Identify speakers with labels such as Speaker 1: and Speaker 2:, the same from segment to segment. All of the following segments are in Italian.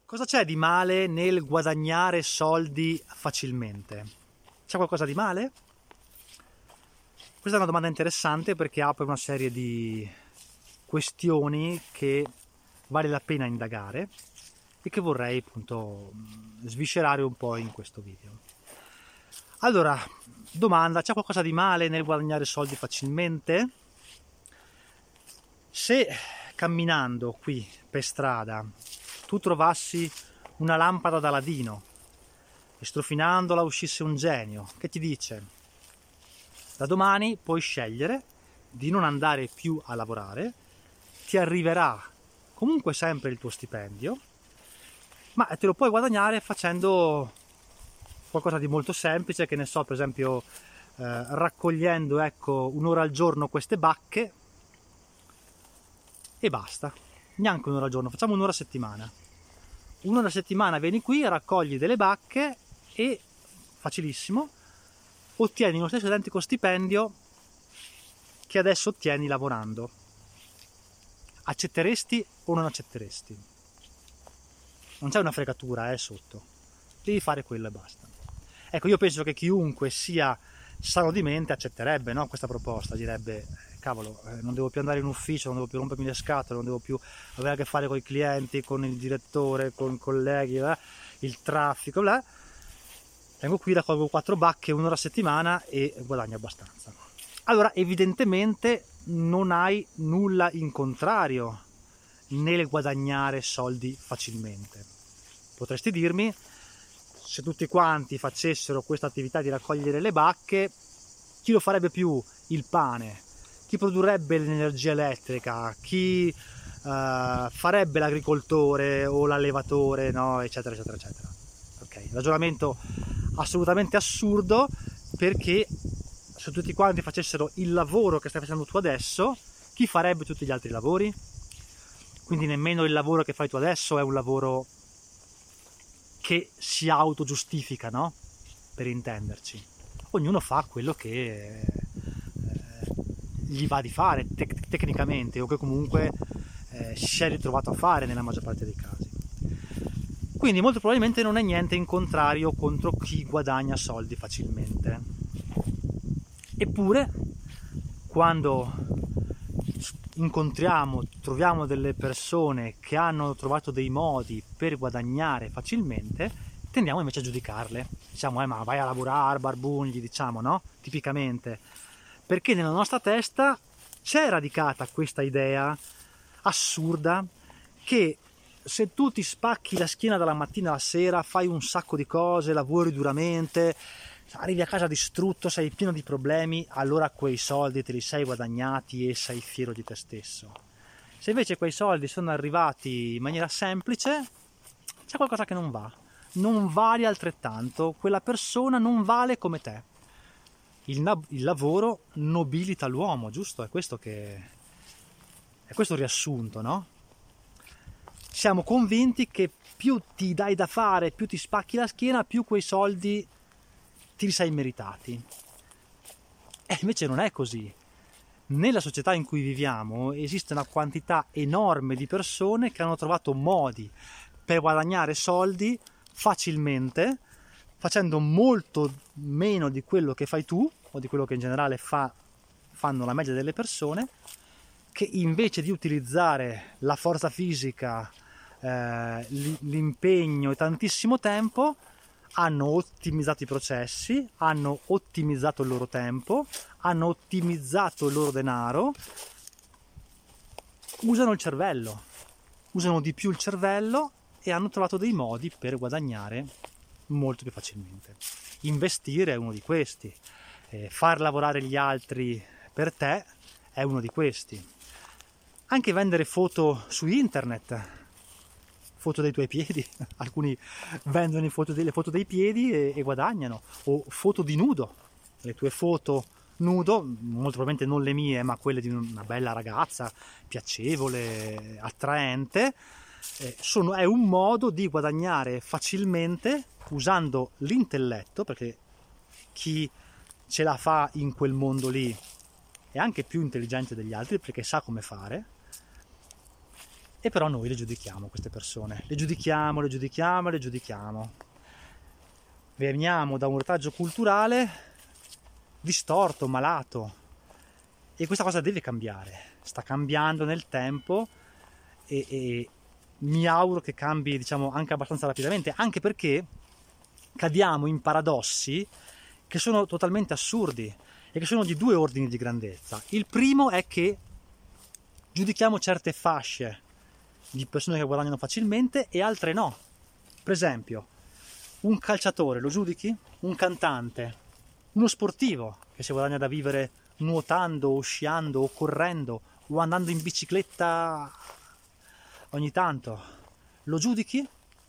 Speaker 1: Cosa c'è di male nel guadagnare soldi facilmente? C'è qualcosa di male? Questa è una domanda interessante perché apre una serie di questioni che vale la pena indagare e che vorrei appunto sviscerare un po' in questo video. Allora, domanda, c'è qualcosa di male nel guadagnare soldi facilmente? Se camminando qui per strada tu trovassi una lampada da ladino e strofinandola uscisse un genio che ti dice: da domani puoi scegliere di non andare più a lavorare, ti arriverà comunque sempre il tuo stipendio, ma te lo puoi guadagnare facendo qualcosa di molto semplice, che ne so, per esempio raccogliendo un'ora al giorno queste bacche e basta, neanche un'ora al giorno, facciamo un'ora a settimana. Un'ora a settimana vieni qui, raccogli delle bacche e, facilissimo, ottieni lo stesso identico stipendio che adesso ottieni lavorando. Accetteresti o non accetteresti? Non c'è una fregatura sotto, devi fare quello e basta. Ecco, io penso che chiunque sia sano di mente accetterebbe, no, questa proposta, direbbe: cavolo, non devo più andare in ufficio, non devo più rompermi le scatole, non devo più avere a che fare con i clienti, con il direttore, con i colleghi, il traffico, bla. Vengo qui, raccolgo 4 bacche un'ora a settimana e guadagno abbastanza. Allora, evidentemente non hai nulla in contrario nel guadagnare soldi facilmente. Potresti dirmi: se tutti quanti facessero questa attività di raccogliere le bacche, chi lo farebbe più il pane? Chi produrrebbe l'energia elettrica? Chi farebbe l'agricoltore o l'allevatore, no? Eccetera, eccetera, eccetera. Ok, ragionamento assolutamente assurdo, perché se tutti quanti facessero il lavoro che stai facendo tu adesso, chi farebbe tutti gli altri lavori? Quindi nemmeno il lavoro che fai tu adesso è un lavoro che si autogiustifica, no? Per intenderci. Ognuno fa quello che gli va di fare tecnicamente, o che comunque si è ritrovato a fare nella maggior parte dei casi. Quindi molto probabilmente non è niente in contrario contro chi guadagna soldi facilmente. Eppure, quando troviamo delle persone che hanno trovato dei modi per guadagnare facilmente, tendiamo invece a giudicarle. Diciamo: ma vai a lavorare, barbugli, diciamo, no? Tipicamente. Perché nella nostra testa c'è radicata questa idea assurda che se tu ti spacchi la schiena dalla mattina alla sera, fai un sacco di cose, lavori duramente, arrivi a casa distrutto, sei pieno di problemi, allora quei soldi te li sei guadagnati e sei fiero di te stesso. Se invece quei soldi sono arrivati in maniera semplice, c'è qualcosa che non va. Non vali altrettanto, quella persona non vale come te. Il lavoro nobilita l'uomo, giusto? È questo il riassunto, no? Siamo convinti che più ti dai da fare, più ti spacchi la schiena, più quei soldi ti li sei meritati. E invece non è così. Nella società in cui viviamo esiste una quantità enorme di persone che hanno trovato modi per guadagnare soldi facilmente, facendo molto meno di quello che fai tu, o di quello che in generale fanno la media delle persone, che invece di utilizzare la forza fisica, l'impegno e tantissimo tempo, hanno ottimizzato i processi, hanno ottimizzato il loro tempo, hanno ottimizzato il loro denaro, usano il cervello, usano di più il cervello e hanno trovato dei modi per guadagnare molto più facilmente. Investire è uno di questi, far lavorare gli altri per te è uno di questi. Anche vendere foto su internet, foto dei tuoi piedi, alcuni vendono le foto dei piedi e guadagnano, o foto di nudo, le tue foto nudo, molto probabilmente non le mie, ma quelle di una bella ragazza, piacevole, attraente, è un modo di guadagnare facilmente usando l'intelletto, perché chi ce la fa in quel mondo lì è anche più intelligente degli altri perché sa come fare, E però noi le giudichiamo queste persone, le giudichiamo. Veniamo da un retaggio culturale distorto, malato, e questa cosa deve cambiare, sta cambiando nel tempo e mi auguro che cambi, diciamo, anche abbastanza rapidamente, anche perché cadiamo in paradossi che sono totalmente assurdi e che sono di due ordini di grandezza. Il primo è che giudichiamo certe fasce di persone che guadagnano facilmente e altre no. Per esempio, un calciatore lo giudichi? Un cantante? Uno sportivo che si guadagna da vivere nuotando o sciando o correndo o andando in bicicletta ogni tanto, lo giudichi?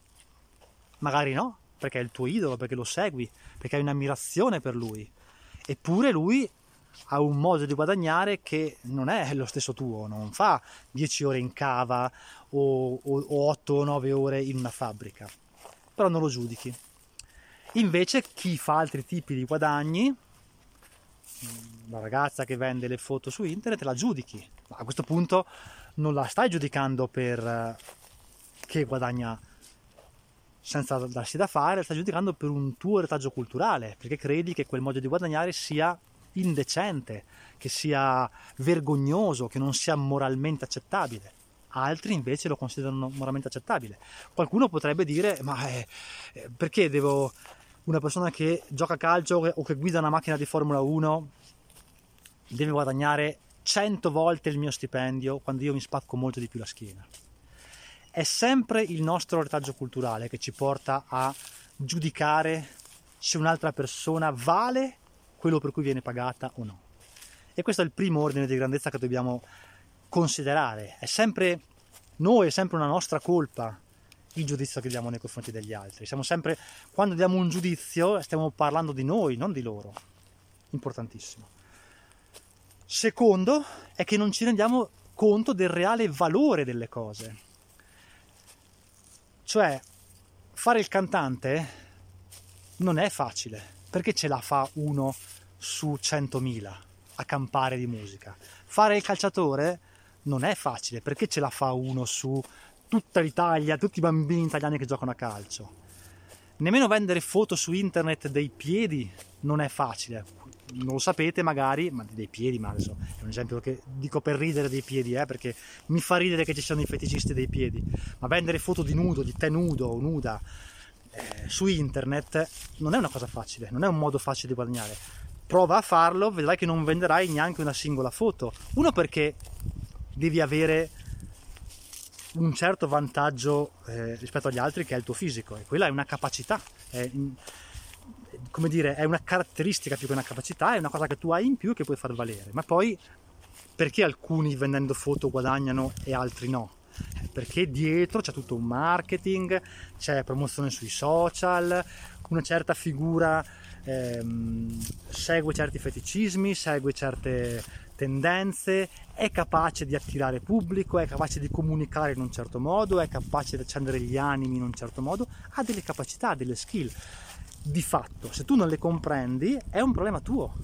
Speaker 1: Magari no, perché è il tuo idolo, perché lo segui, perché hai un'ammirazione per lui. Eppure lui ha un modo di guadagnare che non è lo stesso tuo, non fa 10 ore in cava o 8 o 9 ore in una fabbrica, però non lo giudichi. Invece chi fa altri tipi di guadagni, la ragazza che vende le foto su internet, la giudichi. Ma a questo punto non la stai giudicando per che guadagna senza darsi da fare, la stai giudicando per un tuo retaggio culturale, perché credi che quel modo di guadagnare sia indecente, che sia vergognoso, che non sia moralmente accettabile. Altri invece lo considerano moralmente accettabile. Qualcuno potrebbe dire: ma perché devo, una persona che gioca a calcio o che guida una macchina di Formula 1 deve guadagnare 100 volte il mio stipendio quando io mi spacco molto di più la schiena? È sempre il nostro retaggio culturale che ci porta a giudicare se un'altra persona vale quello per cui viene pagata o no. E questo è il primo ordine di grandezza che dobbiamo considerare. È sempre noi, è sempre una nostra colpa il giudizio che diamo nei confronti degli altri. Siamo sempre, quando diamo un giudizio, stiamo parlando di noi, non di loro. Importantissimo. Secondo è che non ci rendiamo conto del reale valore delle cose. Cioè, fare il cantante non è facile, perché ce la fa uno su 100.000 a campare di musica. Fare il calciatore non è facile, perché ce la fa uno su tutta l'Italia, tutti i bambini italiani che giocano a calcio. Nemmeno vendere foto su internet dei piedi non è facile. Non lo sapete magari, ma dei piedi, ma adesso è un esempio che dico per ridere dei piedi, perché mi fa ridere che ci siano i feticisti dei piedi, ma vendere foto di nudo, di te nudo o nuda su internet non è una cosa facile, non è un modo facile di guadagnare. Prova a farlo, vedrai che non venderai neanche una singola foto. Uno, perché devi avere un certo vantaggio rispetto agli altri, che è il tuo fisico, e quella è una capacità, come dire, è una caratteristica più che una capacità, è una cosa che tu hai in più e che puoi far valere. Ma poi perché alcuni vendendo foto guadagnano e altri no? Perché dietro c'è tutto un marketing, c'è promozione sui social, una certa figura segue certi feticismi, segue certe tendenze, è capace di attirare pubblico, è capace di comunicare in un certo modo, è capace di accendere gli animi in un certo modo, ha delle capacità, delle skill. Di fatto, se tu non le comprendi, è un problema tuo.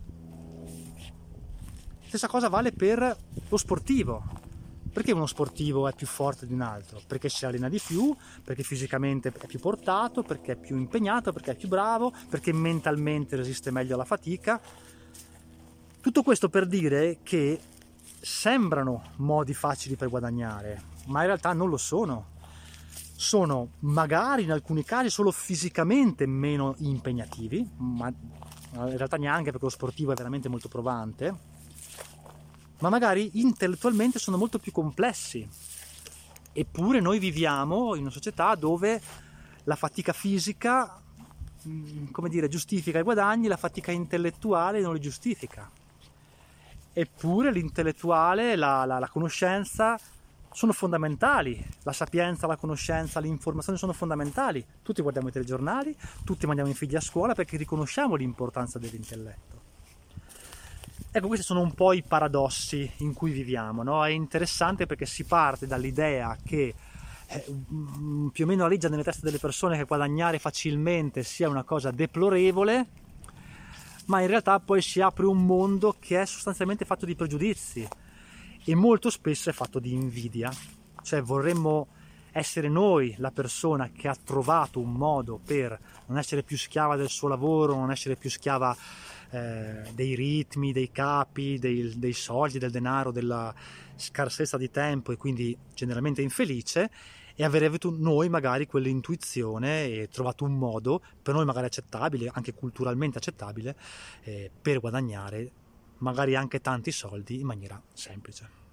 Speaker 1: Stessa cosa vale per lo sportivo. Perché uno sportivo è più forte di un altro? Perché si allena di più, perché fisicamente è più portato, perché è più impegnato, perché è più bravo, perché mentalmente resiste meglio alla fatica. Tutto questo per dire che sembrano modi facili per guadagnare, ma in realtà non lo sono. Sono magari in alcuni casi solo fisicamente meno impegnativi, ma in realtà neanche, perché lo sportivo è veramente molto provante, ma magari intellettualmente sono molto più complessi. Eppure noi viviamo in una società dove la fatica fisica, come dire, giustifica i guadagni, la fatica intellettuale non li giustifica. Eppure l'intellettuale, la conoscenza sono fondamentali, la sapienza, la conoscenza, le informazioni sono fondamentali. Tutti guardiamo i telegiornali, tutti mandiamo i figli a scuola perché riconosciamo l'importanza dell'intelletto. Ecco, questi sono un po' i paradossi in cui viviamo, no? È interessante perché si parte dall'idea che più o meno aleggia nelle teste delle persone che guadagnare facilmente sia una cosa deplorevole, ma in realtà poi si apre un mondo che è sostanzialmente fatto di pregiudizi e molto spesso è fatto di invidia. cioè vorremmo essere noi la persona che ha trovato un modo per non essere più schiava del suo lavoro, non essere più schiava dei ritmi, dei capi, dei soldi, del denaro, della scarsezza di tempo e quindi generalmente infelice, e avere avuto noi magari quell'intuizione e trovato un modo per noi magari accettabile, anche culturalmente accettabile, per guadagnare magari anche tanti soldi in maniera semplice.